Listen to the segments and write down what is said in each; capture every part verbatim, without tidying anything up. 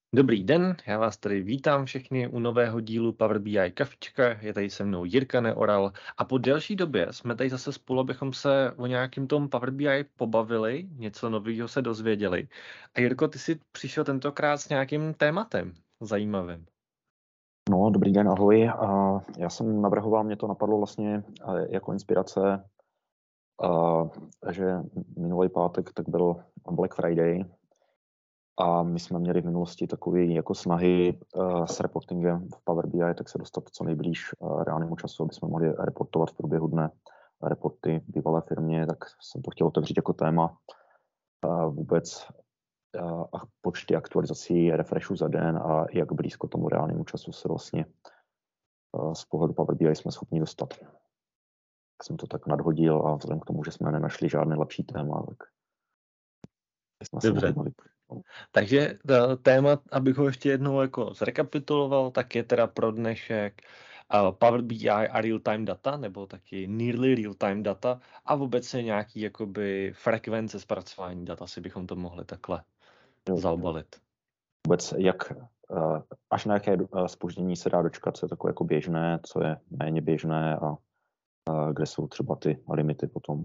Dobrý den, já vás tady vítám všechny u nového dílu Power B I Kafička. Je tady se mnou Jirka Neoral a po delší době jsme tady zase spolu, abychom se o nějakým tom Power B I pobavili, něco nového se dozvěděli. A Jirko, ty jsi přišel tentokrát s nějakým tématem zajímavým. No, dobrý den, ahoj. A já jsem navrhoval, mě to napadlo vlastně eh, jako inspirace, a, že minulý pátek tak byl Black Friday a my jsme měli v minulosti takové jako snahy uh, s reportingem v Power B I, tak se dostat co nejblíž uh, reálnému času, aby jsme mohli reportovat v průběhu dne reporty bývalé firmě, tak jsem to chtěl otevřít jako téma uh, vůbec uh, a počty aktualizací, refreshů za den a jak blízko tomu reálnému času se vlastně z pohledu Power B I jsme schopni dostat. Tak jsem to tak nadhodil a vzhledem k tomu, že jsme nenašli žádné lepší téma, tak jsme se mohli bavit. Takže téma, abych ho ještě jednou jako zrekapituloval, tak je teda pro dnešek uh, Power B I a real-time data, nebo taky nearly real-time data a vůbec nějaký jakoby frekvence zpracování data, si bychom to mohli takhle zaobalit. Vůbec jak, uh, až na jaké zpoždění se dá dočkat, co je takové jako běžné, co je méně běžné a uh, kde jsou třeba ty limity potom.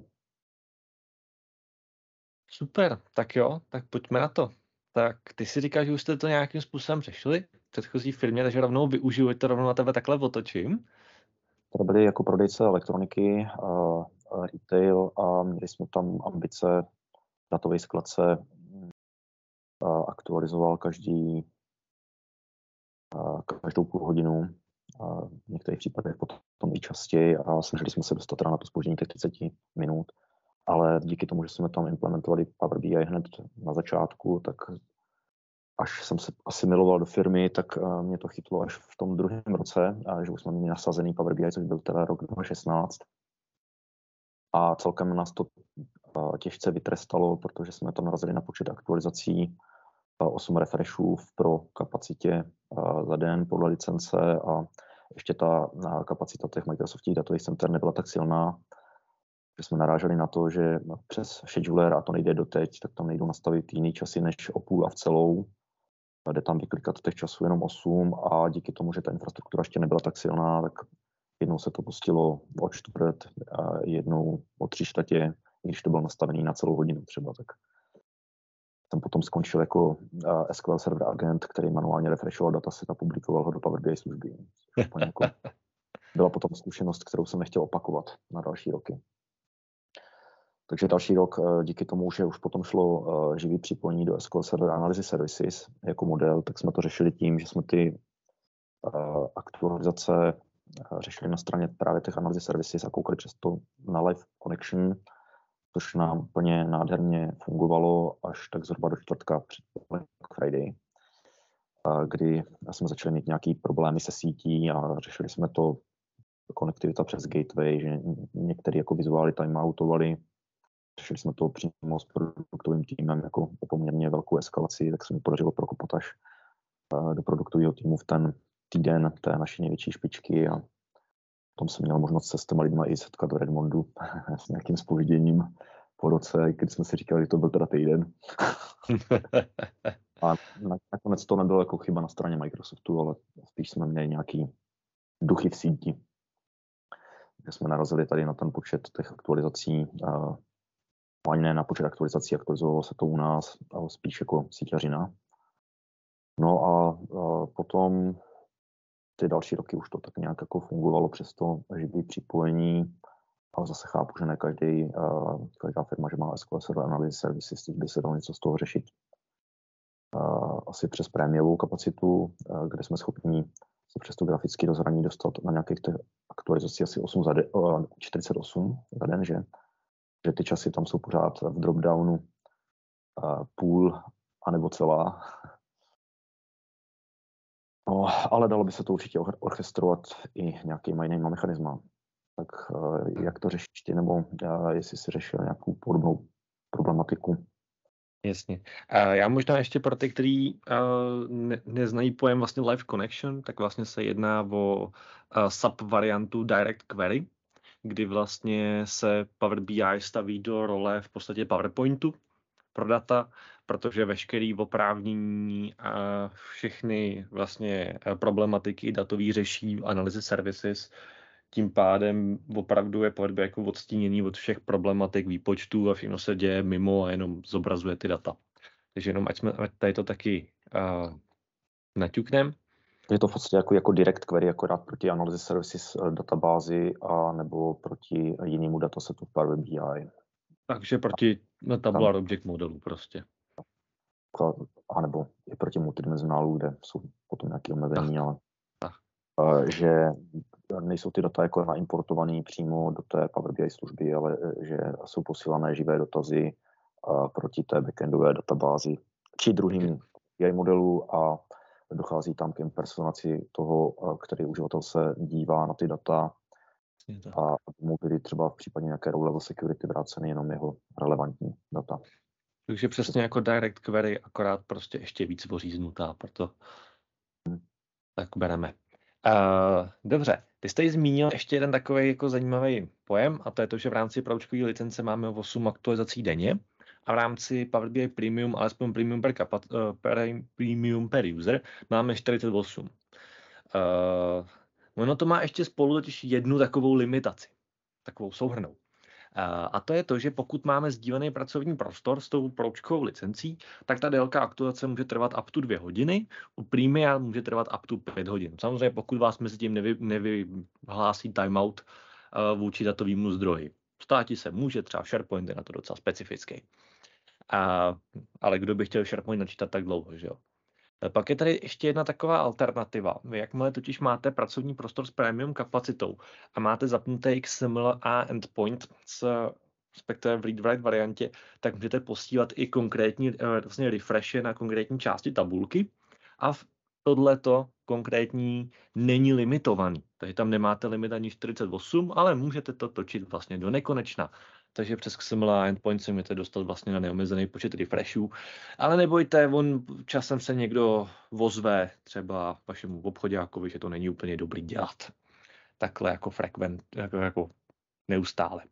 Super, tak jo, tak pojďme na to. Tak ty si říkáš, že už jste to nějakým způsobem řešili v předchozí firmě, takže rovnou využiju, ať to rovnou na tebe takhle otočím. To byli jako prodejce elektroniky, uh, retail a měli jsme tam ambice datové skladce uh, aktualizoval každý uh, každou půl hodinu, uh, v některých případech potom i častěji a snažili jsme se dostat na to zpoždění těch třicet minut. Ale díky tomu, že jsme tam implementovali Power B I hned na začátku, tak až jsem se asimiloval do firmy, tak uh, mě to chytlo až v tom druhém roce, a že už jsme měli nasazený Power B I, což byl teda rok dva tisíce šestnáct. A celkem nás to uh, těžce vytrestalo, protože jsme to narazili na počet aktualizací, uh, osm refreshů v pro kapacitě uh, za den podle licence a ještě ta uh, kapacita těch Microsoftových datových center nebyla tak silná, že jsme naráželi na to, že přes scheduler, a to nejde doteď, tak tam nejdou nastavit jiný časy než o půl a v celou. Jde tam vyklikat těch časů jenom osm a díky tomu, že ta infrastruktura ještě nebyla tak silná, tak jednou se to pustilo o čtvrt, a jednou o tři čtvrtě, když to bylo nastavený na celou hodinu třeba. Tak jsem potom skončil jako S Q L Server agent, který manuálně refreshoval dataset a publikoval ho do Power B I služby. Jako byla potom zkušenost, kterou jsem nechtěl opakovat na další roky. Takže další rok, díky tomu, že už potom šlo živý připojení do S Q L Server Analysis Services jako model, tak jsme to řešili tím, že jsme ty aktualizace řešili na straně právě těch Analysis Services a koukali často na live connection, což nám úplně nádherně fungovalo až tak zhruba do čtvrtka před Black Friday, kdy jsme začali mít nějaké problémy se sítí a řešili jsme to konektivita přes gateway, že některé jako vizuály timeoutovali. Řešili jsme to přímo s produktovým týmem jako o poměrně velkou eskalaci, tak se mi podařilo prokopat až do produktového týmu v ten týden té naší největší špičky a potom jsem měl možnost se s těma lidma i setkat do Redmondu s nějakým zpožděním po roce, když jsme si říkali, že to byl teda týden. A nakonec to nebylo jako chyba na straně Microsoftu, ale spíš jsme měli nějaký duchy v síti, kde jsme narazili tady na ten počet těch aktualizací. Ani ne na počet aktualizací, aktualizovalo se to u nás, ale spíš jako síťařina. No a, a potom ty další roky už to tak nějak jako fungovalo přes to živý připojení, ale zase chápu, že ne každý, uh, každá firma, že má S Q L Server Analysis Services, by se dalo něco z toho řešit. Uh, asi přes prémiovou kapacitu, uh, kde jsme schopni se přes to graficky rozhraní dostat na nějakých těch aktualizací asi osm za de- uh, čtyřicet osm za den, že? že ty časy tam jsou pořád v dropdownu uh, půl anebo celá. No, ale dalo by se to určitě orchestrovat i nějakýma jinýma mechanismama. Tak uh, jak to řešíš ty, nebo uh, jestli jsi řešil nějakou podobnou problematiku? Jasně. A já možná ještě pro ty, kteří uh, ne, neznají pojem vlastně live connection, tak vlastně se jedná o uh, subvariantu direct query, kdy vlastně se Power B I staví do role v podstatě PowerPointu pro data protože veškerý oprávnění a všechny vlastně problematiky datový řeší Analysis Services. Tím pádem opravdu je Power B I jako odstíněný od všech problematik výpočtů a všechno se děje mimo a jenom zobrazuje ty data. Takže jenom ať jsme ať tady to taky uh, naťuknem. Je to v podstatě jako, jako direct query, akorát proti Analysis Services databázi a nebo proti jinému datasetu v Power B I. Takže proti tabular object modelu prostě. A nebo i proti multidimenzionálu, kde jsou potom nějaké omezení, ale tak. že nejsou ty data jako naimportované přímo do té Power B I služby, ale že jsou posílané živé dotazy proti té backendové databázi či druhým B I modelu a dochází tam k impersonaci toho, který uživatel se dívá na ty data a mu byly třeba v případě nějaké row level security vráceny jenom jeho relevantní data. Takže přesně jako direct query, akorát prostě ještě víc oříznutá, proto hmm. tak bereme. Uh, dobře, ty jste zmínil ještě jeden takový jako zajímavý pojem, a to je to, že v rámci proučkové licence máme osm aktualizací denně a v rámci Power B I Premium, alespoň Premium per, kapat, uh, per, premium per user, máme čtyřicet osm. Uh, ono to má ještě spolu totiž jednu takovou limitaci, takovou souhrnou. A to je to, že pokud máme sdílený pracovní prostor s tou proučkovou licencí, tak ta délka aktualizace může trvat up to dvě hodiny, u Premia může trvat up to pět hodin. Samozřejmě pokud vás mezi tím nevy, nevyhlásí timeout uh, vůči datovému zdroji. Státi se může, třeba SharePoint je na to docela specifický. A, ale kdo by chtěl SharePoint načítat tak dlouho, že jo? Pak je tady ještě jedna taková alternativa. Vy jakmile totiž máte pracovní prostor s premium kapacitou a máte zapnutý X M L a endpoint s respektive v read-write variantě, tak můžete posílat i konkrétní vlastně refreshe na konkrétní části tabulky a v tohleto konkrétní není limitovaný. Takže tam nemáte limit ani čtyřicet osm, ale můžete to točit vlastně do nekonečna. Takže přes X M L a endpoint se můžete dostat vlastně na neomezený počet refreshů. Ale nebojte, on časem se někdo ozve třeba vašemu obchoďákovi, že to není úplně dobrý dělat. Takhle jako frekvent, jako, jako neustále.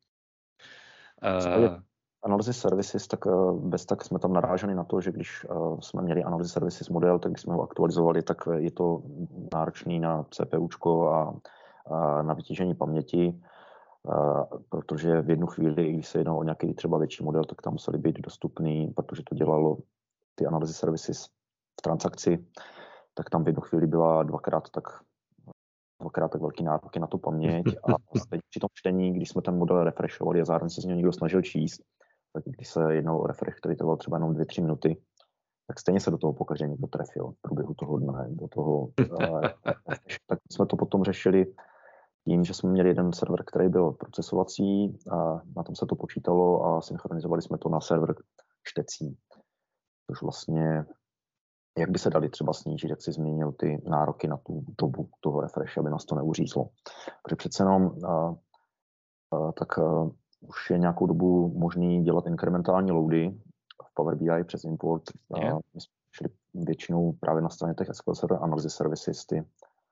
Uh, Analysis Services, tak bez tak jsme tam naráželi na to, že když uh, jsme měli Analysis Services model, tak když jsme ho aktualizovali, tak je to náročný na CPUčko a, a na vytížení paměti. Uh, protože v jednu chvíli, když se jednalo o nějaký třeba větší model, tak tam museli být dostupný, protože to dělalo ty Analysis Services v transakci, tak tam v jednu chvíli byla dvakrát tak, dvakrát tak velký nároky na tu paměť a teď při tom čtení, když jsme ten model refreshovali a zároveň se z něho někdo snažil číst, tak když se jednalo o refresh, který trval třeba jenom dvě, tři minuty, tak stejně se do toho pokaždé někdo trefil v průběhu toho dne, do toho, uh, tak jsme to potom řešili tím, že jsme měli jeden server, který byl procesovací, a na tom se to počítalo a synchronizovali jsme to na server čtecí. Což vlastně, jak by se dali třeba snížit, jak si změnil ty nároky na tu dobu toho refresh, aby nás to neuřízlo. Protože přece jenom a, a, tak a, už je nějakou dobu možný dělat inkrementální loady v Power B I přes import. A my jsme šli většinou právě na straně těch S Q L Server Analysis Services, ty a,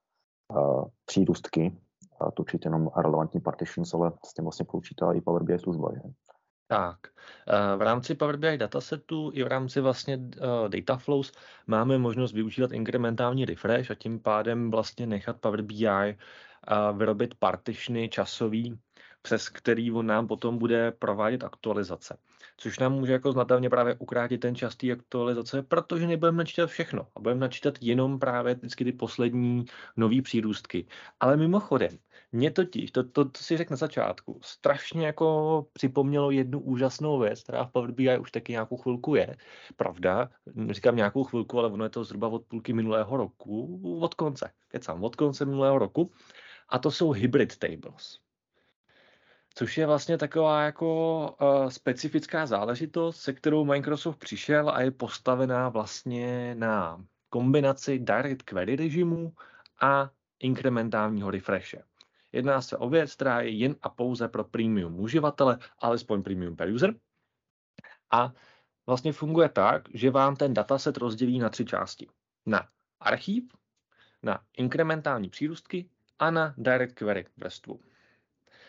přírůstky, a točit jenom relevantní partitions, ale s tím vlastně počítá i Power B I služba. Že? Tak, v rámci Power B I datasetu i v rámci vlastně data flows máme možnost využívat inkrementální refresh a tím pádem vlastně nechat Power B I vyrobit partitiony časový, přes který on nám potom bude provádět aktualizace. Což nám může jako znatelně právě ukrátit ten čas té aktualizace, protože nebudeme načítat všechno a budeme načítat jenom právě vždycky ty poslední nový přírůstky. Ale mimochodem, mě totiž, to, to, to si řekl na začátku, strašně jako připomnělo jednu úžasnou věc, která v Power B I už taky nějakou chvilku je. Pravda, říkám nějakou chvilku, ale ono je to zhruba od půlky minulého roku, od konce, kecám, od konce minulého roku. A to jsou hybrid tables. Což je vlastně taková jako uh, specifická záležitost, se kterou Microsoft přišel a je postavená vlastně na kombinaci direct query režimu a inkrementálního refreshe. Jedná se o věc, která je jen a pouze pro premium uživatele, alespoň premium per user. A vlastně funguje tak, že vám ten dataset rozdělí na tři části. Na archiv, na inkrementální přírůstky a na direct query vrstvu.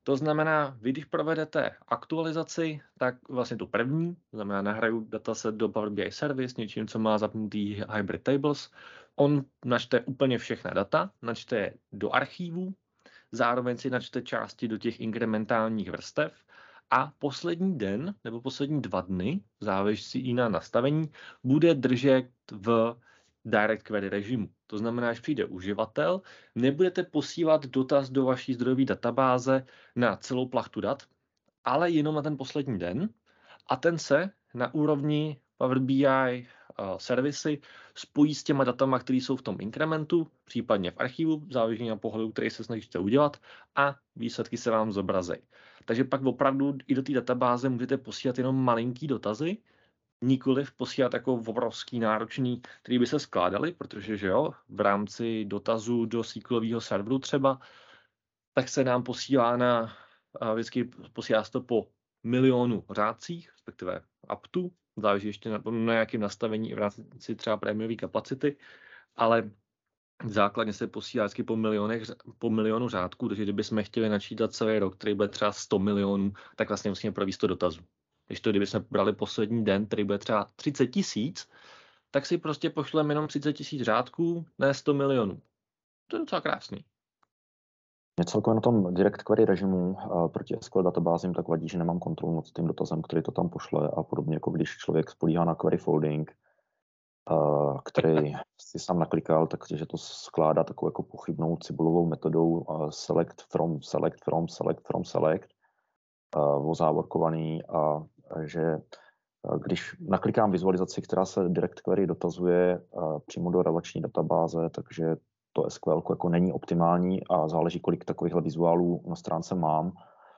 To znamená, vy když provedete aktualizaci, tak vlastně tu první, to znamená nahraju dataset do Power B I Service něčím, co má zapnutý Hybrid Tables, on načte úplně všechna data, načte je do archívu, zároveň si načte části do těch inkrementálních vrstev a poslední den nebo poslední dva dny, záleží i na nastavení, bude držet v Direct Query režimu. To znamená, že přijde uživatel, nebudete posílat dotaz do vaší zdrojové databáze na celou plachtu dat, ale jenom na ten poslední den a ten se na úrovni Power B I uh, servisy spojí s těma datama, které jsou v tom inkrementu, případně v archivu, záleží na pohledu, který se snažíte udělat a výsledky se vám zobrazejí. Takže pak opravdu i do té databáze můžete posílat jenom malinký dotazy, nikoliv posílat jako obrovský náročný, který by se skládaly, protože že jo, v rámci dotazu do S Q Lového serveru třeba, tak se nám posílá na, vždycky posílá se to po milionu řádcích, respektive aptu, záleží ještě na, na nějakém nastavení v rámci třeba prémiové kapacity, ale základně se posílá vždycky po, milionech, po milionu řádků, takže kdybychom chtěli načítat celý rok, který bude třeba sto milionů, tak vlastně musíme provést sto dotazů. Když to, kdybychom brali poslední den, který bude třeba třicet tisíc, tak si prostě pošleme jenom třicet tisíc řádků, ne sto milionů. To je docela krásný. Mě celkově na tom Direct Query režimu uh, proti S Q L databázím tak vadí, že nemám kontrolu nad tím dotazem, který to tam pošle a podobně, jako když člověk spolíhá na query folding, uh, který si sám naklikal, takže to skládá takovou jako pochybnou cibulovou metodou uh, select from, select from, select from, select, uh, ozávorkovaný a že když naklikám vizualizaci, která se Direct Query dotazuje uh, přímo do relační databáze, takže to S Q L jako není optimální a záleží, kolik takovýchhle vizuálů na stránce mám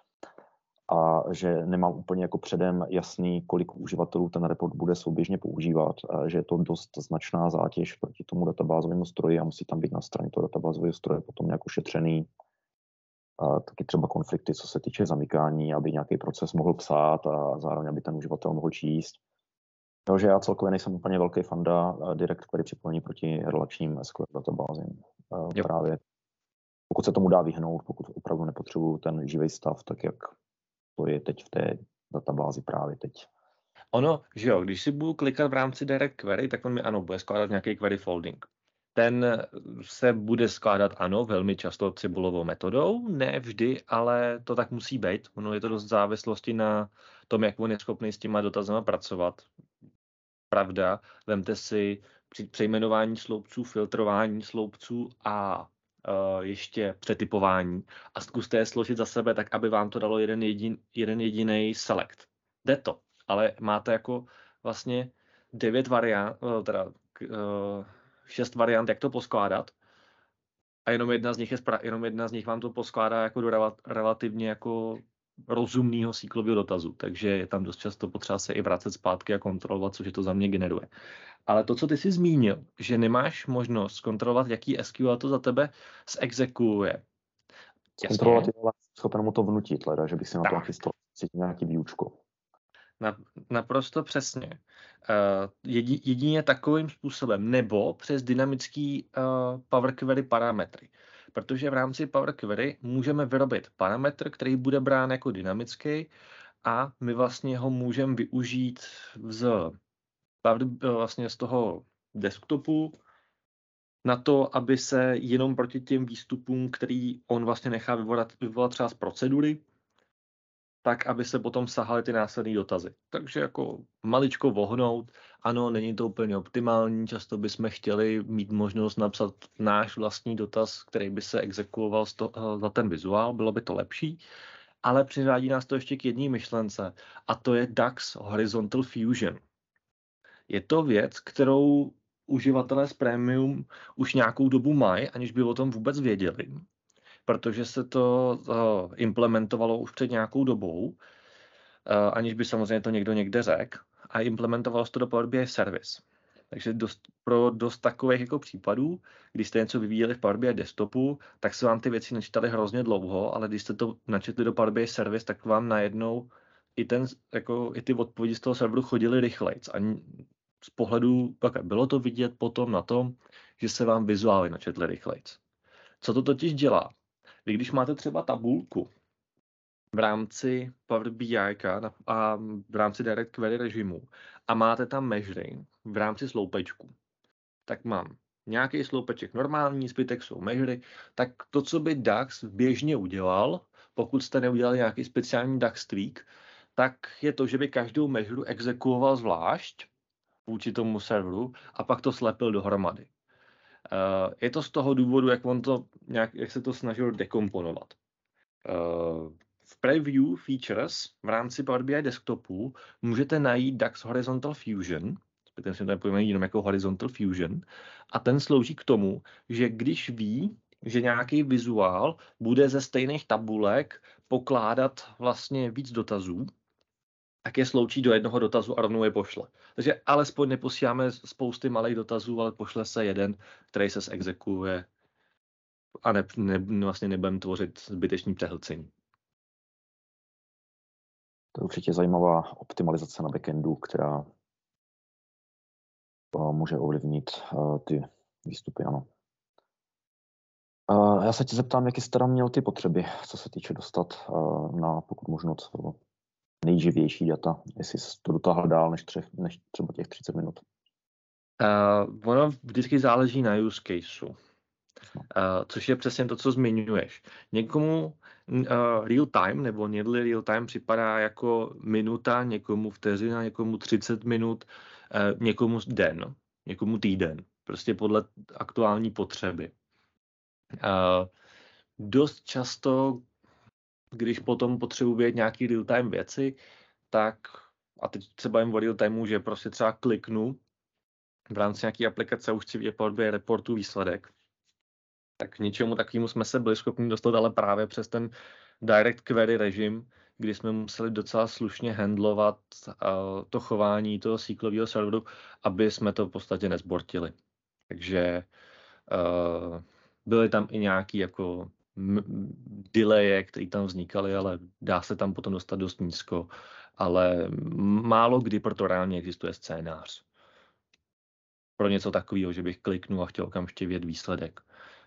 a že nemám úplně jako předem jasný, kolik uživatelů ten report bude souběžně používat, a že je to dost značná zátěž proti tomu databázovému stroji a musí tam být na straně toho databázového stroje potom nějak ušetřený. A taky třeba konflikty, co se týče zamykání, aby nějaký proces mohl psát a zároveň, aby ten uživatel mohl číst. Takže já celkově nejsem úplně velký fanda Direct Query připojení proti relačním S Q L databázím. Yep. Právě pokud se tomu dá vyhnout, pokud opravdu nepotřebuju ten živý stav, tak jak to je teď v té databázi právě teď. Ono, že jo, když si budu klikat v rámci Direct Query, tak on mi ano, bude skládat nějaký query folding. Ten se bude skládat ano, velmi často cibulovou metodou, ne vždy, ale to tak musí být. Ono je to dost závislosti na tom, jak on je schopný s těma dotazama pracovat. Pravda, vemte si při přejmenování sloupců, filtrování sloupců a uh, ještě přetypování a zkuste je složit za sebe tak, aby vám to dalo jeden, jedin, jeden jediný select. Jde to, ale máte jako vlastně devět variant, teda uh, šest variant, jak to poskládat a jenom jedna z nich je jenom jedna z nich vám to poskládá jako do rel- relativně jako rozumného síklového dotazu, takže je tam dost často potřeba se i vracet zpátky a kontrolovat, což je to za mě generuje. Ale to, co ty jsi zmínil, že nemáš možnost kontrolovat, jaký S Q L to za tebe zexekuje. Zkontrolovat je ale schopen mu to vnutit, leda, že bych si na tak. tom chystal nějaký výučko. Na, naprosto přesně. Uh, jedi, jedině takovým způsobem, nebo přes dynamický uh, Power Query parametry. Protože v rámci Power Query můžeme vyrobit parametr, který bude brán jako dynamický a my vlastně ho můžeme využít z, vlastně z toho desktopu na to, aby se jenom proti těm výstupům, který on vlastně nechá vyvolat, vyvolat třeba z procedury, tak, aby se potom sahaly ty následné dotazy. Takže jako maličko vohnout, ano, není to úplně optimální, často bychom chtěli mít možnost napsat náš vlastní dotaz, který by se exekuoval za ten vizuál, bylo by to lepší, ale přivádí nás to ještě k jedné myšlence a to je D A X Horizontal Fusion. Je to věc, kterou uživatelé z Premium už nějakou dobu mají, aniž by o tom vůbec věděli, protože se to uh, implementovalo už před nějakou dobou, uh, aniž by samozřejmě to někdo někde řekl, a implementovalo se to do Power B I Service. Takže dost, pro dost takových jako případů, když jste něco vyvíjeli v Power B I desktopu, tak se vám ty věci načítaly hrozně dlouho, ale když jste to načetli do Power B I Service, tak vám najednou i, ten, jako, i ty odpovědi z toho serveru chodily rychlejc. A z pohledu, tak bylo to vidět potom na tom, že se vám vizuály načetly rychlejc. Co to totiž dělá? Vy když máte třeba tabulku v rámci Power B I a v rámci Direct Query režimu a máte tam measury v rámci sloupečku, tak mám nějaký sloupeček normální, zbytek jsou measury, tak to, co by DAX běžně udělal, pokud jste neudělali nějaký speciální DAX tweak, tak je to, že by každou measure exekuoval zvlášť vůči tomu serveru a pak to slepil dohromady. Uh, je to z toho důvodu, jak, on to, nějak, jak se to snažil dekomponovat. Uh, v Preview Features v rámci Power B I desktopu můžete najít DAX Horizontal Fusion, ten si to nepojmenuje jenom jako Horizontal Fusion, a ten slouží k tomu, že když ví, že nějaký vizuál bude ze stejných tabulek pokládat vlastně víc dotazů, tak je sloučí do jednoho dotazu a rovnou je pošle. Takže alespoň neposíláme spousty malých dotazů, ale pošle se jeden, který se zexekuje a ne, ne, vlastně nebudeme tvořit zbytečný přehlcení. To je určitě zajímavá optimalizace na backendu, která může ovlivnit ty výstupy, ano. Já se tě zeptám, jaký jsi teda měl ty potřeby, co se týče dostat na pokud možno co nejživější data, jestli jsi to dotáhl dál než, tři, než třeba těch třicet minut. Uh, ono vždycky záleží na use caseu, uh, což je přesně to, co zmiňuješ. Někomu uh, real time nebo nearly real time připadá jako minuta, někomu vteřina, někomu třicet minut, uh, někomu den, někomu týden. Prostě podle aktuální potřeby. Uh, dost často, když potom potřebuji vědět nějaký real time věci, tak, a teď se bavím o real timeu, že prostě třeba kliknu v rámci nějaké aplikace už chci vidět Power B I reportu výsledek, tak k něčemu takovému jsme se byli schopni dostat, ale právě přes ten direct query režim, kdy jsme museli docela slušně handlovat uh, to chování toho es q lového serveru, aby jsme to v podstatě nezbortili. Takže uh, byly tam i nějaký jako delaye, které tam vznikaly, ale dá se tam potom dostat dost nízko, ale málo kdy proto reálně existuje scénář pro něco takového, že bych kliknul a chtěl okamžitě vidět výsledek.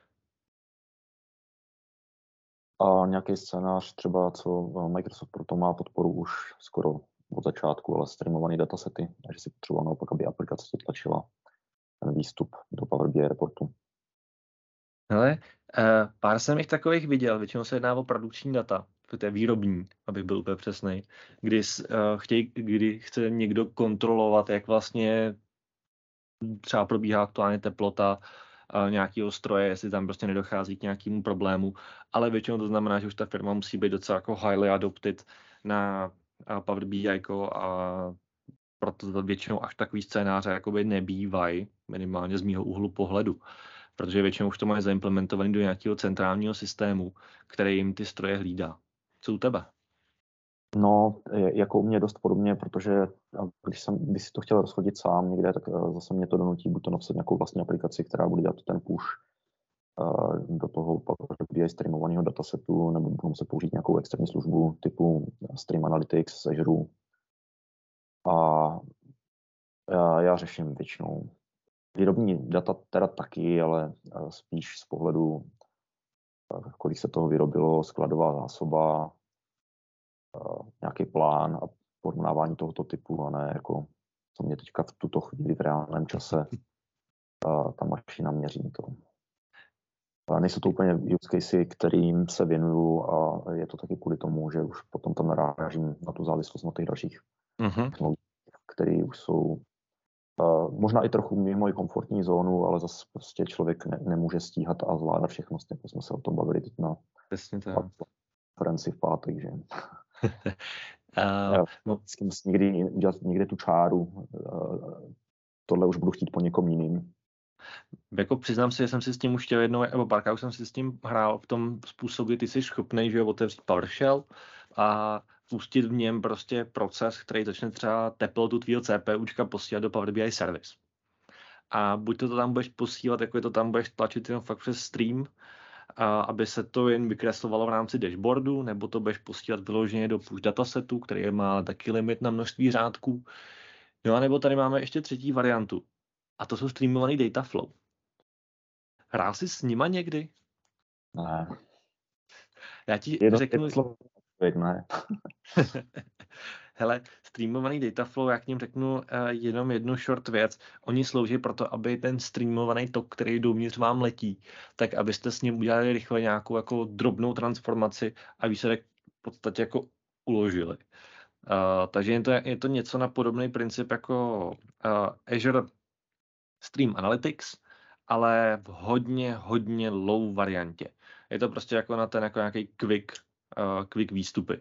A nějaký scénář třeba, co Microsoft proto má podporu už skoro od začátku, ale streamované datasety, takže si potřeboval naopak, aby aplikace to tlačila ten výstup do Power B I reportu. Hele, uh, pár jsem jich takových viděl, většinou se jedná o produkční data, to je výrobní, abych byl úplně přesnej, kdy, uh, chtěj, kdy chce někdo kontrolovat, jak vlastně třeba probíhá aktuálně teplota uh, nějakého stroje, jestli tam prostě nedochází k nějakému problému, ale většinou to znamená, že už ta firma musí být docela jako highly adopted na uh, Power B I a proto většinou až takový scénáře jakoby nebývají, minimálně z mýho úhlu pohledu. Protože většinou už to mají zaimplementovaný do nějakého centrálního systému, který jim ty stroje hlídá. Co u tebe? No, jako u mě dost podobně, protože když jsem když si to chtěl rozhodit sám někde, tak zase mě to donutí buď to napsat nějakou vlastní aplikaci, která bude dělat ten push do toho Power B I streamovaného datasetu, nebo budu muset použít nějakou externí službu typu Stream Analytics z Azure. A já, já řeším většinou výrobní data teda taky, ale spíš z pohledu, kolik se toho vyrobilo, skladová zásoba, nějaký plán a porovnávání tohoto typu, a ne jako, co mě teďka v tuto chvíli v reálném čase ta mašina měří. To. A nejsou to úplně use casey, kterým se věnuju, a je to taky kvůli tomu, že už potom tam narážím na tu závislost na těch dalších uh-huh. technologiích, které už jsou Uh, možná i trochu mimo moji komfortní zónu, ale zase prostě člověk ne, nemůže stíhat a zvládat všechno, jako jsme se o tom bavili teď na konferenci v pátek, že uh, no. S někdy udělat někde tu čáru, uh, tohle už budu chtít po někom jiným. Jako přiznám si, že jsem si s tím už chtěl jednou, nebo párkrát už jsem si s tím hrál v tom způsobu, kdy ty jsi schopnej, že otevřít PowerShell a pustit v něm prostě proces, který začne třeba teplotu tvýho CPUčka posílat do Power B I Service. A buď to tam budeš posílat, jako je to tam budeš tlačit jenom fakt přes stream, a aby se to jen vykreslovalo v rámci dashboardu, nebo to budeš posílat vyloženě do push datasetu, který má taky limit na množství řádků. No a nebo tady máme ještě třetí variantu. A to jsou streamovaný data flow. Hrál jsi s nima někdy? Ne. Já ti Jedno, řeknu... slovo, Ne. Hele, streamovaný dataflow, já k ním řeknu uh, jenom jednu short věc. Oni slouží proto, aby ten streamovaný tok, který dovnitř vám letí, tak abyste s ním udělali rychle nějakou jako drobnou transformaci a výsledek v podstatě jako uložili. Uh, takže je to, je to něco na podobný princip jako uh, Azure Stream Analytics, ale v hodně, hodně low variantě. Je to prostě jako na ten jako nějaký quick, uh, quick výstupy.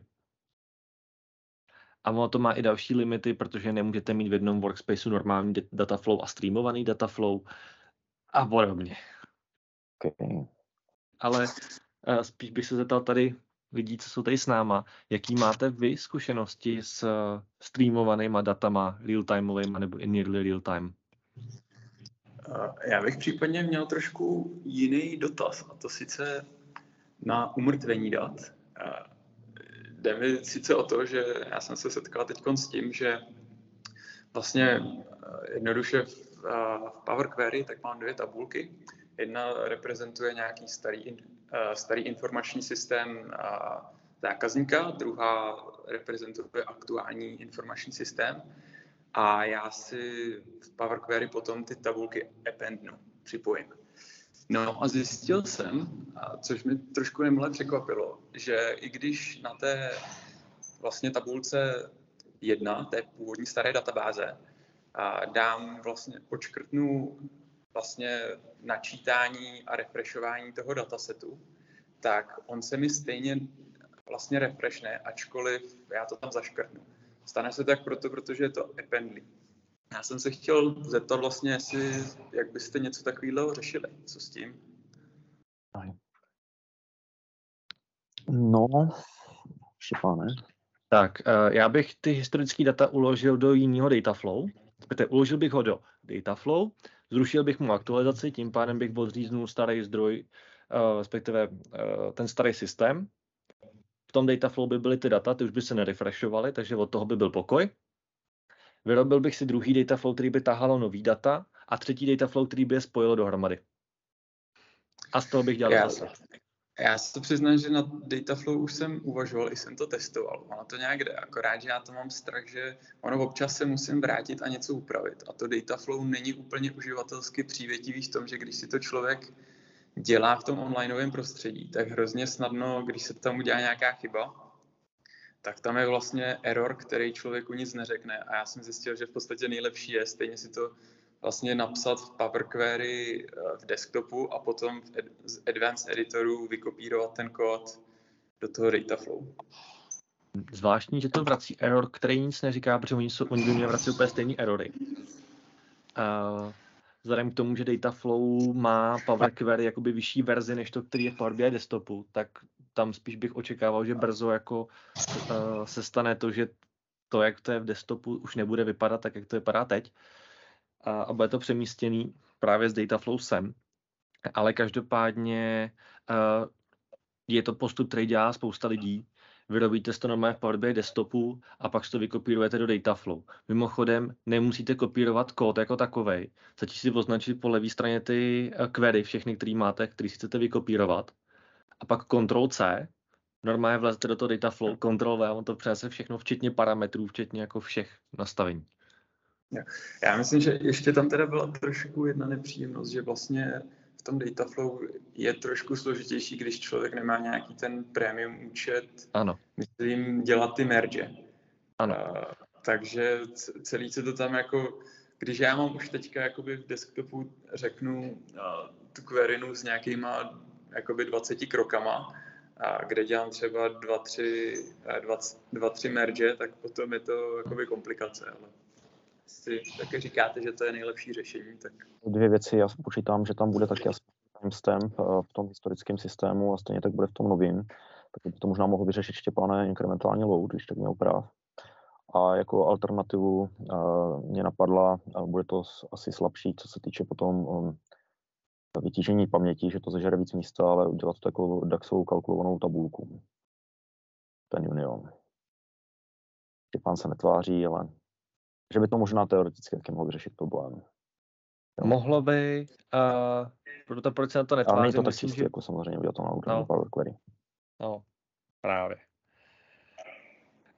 A ono to má i další limity, protože nemůžete mít v jednom workspaceu normální dataflow a streamovaný dataflow a podobně. Okay. Ale uh, spíš bych se zeptal tady lidí, co jsou tady s náma, jaký máte vy zkušenosti s uh, streamovanýma datama, real-timeovýma nebo in nearly real-time? Já bych případně měl trošku jiný dotaz, a to sice na umrtvení dat. Jde mi sice o to, že já jsem se setkal teď s tím, že vlastně jednoduše v, v Power Query tak mám dvě tabulky. Jedna reprezentuje nějaký starý, starý informační systém zákazníka, druhá reprezentuje aktuální informační systém. A já si v Power Query potom ty tabulky appendnu, připojím. No a zjistil jsem, což mi trošku nemile překvapilo, že i když na té vlastně tabulce jedna, té původní staré databáze, dám vlastně, odškrtnu vlastně načítání a refreshování toho datasetu, tak on se mi stejně vlastně refreshne, ačkoliv já to tam zaškrtnu. Stane se tak proto, protože je to appendly. Já jsem se chtěl zeptat vlastně, jestli, jak byste něco takového řešili. Co s tím? No, Štěpáne. Tak, uh, já bych ty historické data uložil do jiného dataflow. Uložil bych ho do dataflow, zrušil bych mu aktualizaci, tím pádem bych odříznul starý zdroj, uh, respektive uh, ten starý systém. V tom dataflow by byly ty data, ty už by se nerefreshovaly, takže od toho by byl pokoj. Vyrobil bych si druhý dataflow, který by tahalo nový data, a třetí dataflow, který by je spojil dohromady. A z toho bych dělal já, zase. Já se to přiznám, že na dataflow už jsem uvažoval, i jsem to testoval. Ono to nějak jde, akorát, že já to mám strach, že ono občas se musím vrátit a něco upravit. A to dataflow není úplně uživatelsky přívětivý v tom, že když si to člověk dělá v tom onlineovém prostředí, tak hrozně snadno, když se tam udělá nějaká chyba, tak tam je vlastně error, který člověku nic neřekne. A já jsem zjistil, že v podstatě nejlepší je stejně si to vlastně napsat v Power Query v desktopu a potom z Advanced Editoru vykopírovat ten kód do toho dataflow. Zvláštní, že to vrací error, který nic neříká, protože oni, jsou, oni by měli vracet úplně stejný erory. Uh, vzhledem k tomu, že dataflow má Power Query jakoby vyšší verzi než to, který je v Power B I desktopu, tak tam spíš bych očekával, že brzo jako uh, se stane to, že to, jak to je v desktopu, už nebude vypadat tak, jak to vypadá teď. Uh, a bude to přemístěný právě z dataflow sem. Ale každopádně uh, je to postup, který dělá spousta lidí. Vyrobíte to normálně v Power B I desktopu a pak to vykopírujete do dataflow. Mimochodem, nemusíte kopírovat kód jako takovej. Stačí si označit po levé straně ty query, všechny, které máte, které si chcete vykopírovat. A pak kontrol C, normálně vlezete do toho dataflow, kontrol V, on to přenese všechno, včetně parametrů, včetně jako všech nastavení. Já myslím, že ještě tam teda byla trošku jedna nepříjemnost, že vlastně v tom dataflow je trošku složitější, když člověk nemá nějaký ten premium účet, ano. Myslím, dělat ty merge. Ano. Uh, takže celý se to tam jako, když já mám už teďka jakoby v desktopu řeknu uh, tu querynu s nějakýma jakoby dvaceti krokama, a kde dělám třeba dva, tři, dva, dva, tři merge, tak potom je to jakoby komplikace, ale si také říkáte, že to je nejlepší řešení, tak... Dvě věci, já počítám, že tam bude taky timestamp v tom historickém systému a stejně tak bude v tom novým, tak by to možná mohl vyřešit Štěpáne inkrementální load, když tak měl práv. A jako alternativu uh, mě napadla, uh, bude to asi slabší, co se týče potom um, vytížení paměti, že to zažere víc místa, ale udělat to jako DAXovou kalkulovanou tabulku. Ten Union. Štěpán se netváří, ale že by to možná teoreticky taky mohl vyřešit problém. Jo. Mohlo by, uh, proto proč se na to netváří. Ale není to tak myslím, čistý, že... jako samozřejmě udělat to na no. Power Query. No, právě.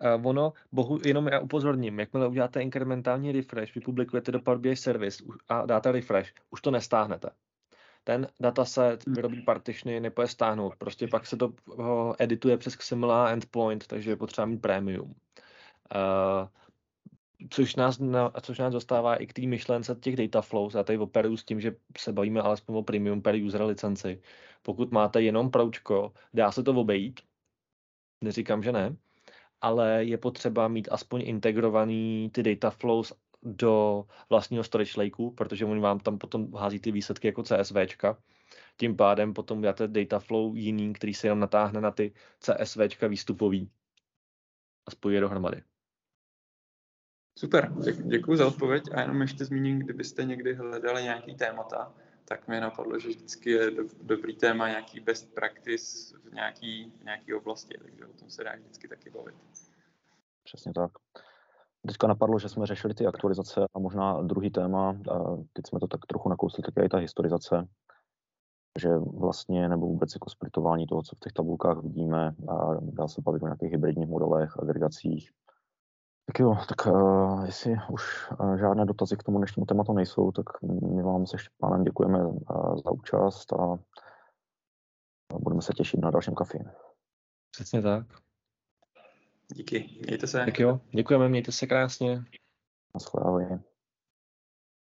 Uh, ono, bohu, jenom já upozorním, jakmile uděláte inkrementální refresh, vypublikujete do Power B I Service a dáte refresh, už to nestáhnete. Ten dataset vyrobí partitiony, nepůjde stáhnout. Prostě pak se to uh, edituje přes X M L a endpoint, takže je potřeba mít premium. Uh, což, nás, na, což nás dostává i k té myšlence těch data flows. Já tady operuju s tím, že se bavíme alespoň o premium per user licenci. Pokud máte jenom proučko, dá se to obejít. Neříkám, že ne. Ale je potřeba mít aspoň integrovaný ty data flows do vlastního storage lakeu, protože oni vám tam potom hází ty výsledky jako CSVčka. Tím pádem potom dáte data flow jiný, který se jenom natáhne na ty CSVčka výstupový a spojí je dohromady. Super, děkuji za odpověď a jenom ještě zmíním, kdybyste někdy hledali nějaký témata, tak mi napadlo, že vždycky je do, dobrý téma nějaký best practice v nějaký, v nějaký oblasti, takže o tom se dá vždycky taky bavit. Přesně tak. Teďka napadlo, že jsme řešili ty aktualizace a možná druhý téma, teď jsme to tak trochu nakousli, tak je i ta historizace, že vlastně nebo vůbec jako splitování toho, co v těch tabulkách vidíme, a dá se bavit o nějakých hybridních modelech, agregacích. Tak jo, tak uh, jestli už uh, žádné dotazy k tomu dnešnímu tématu nejsou, tak my vám se Štěpánem děkujeme uh, za účast a budeme se těšit na dalším kafi. Přesně tak. Díky, mějte se. Tak jo, děkujeme, mějte se krásně. Naschledanou.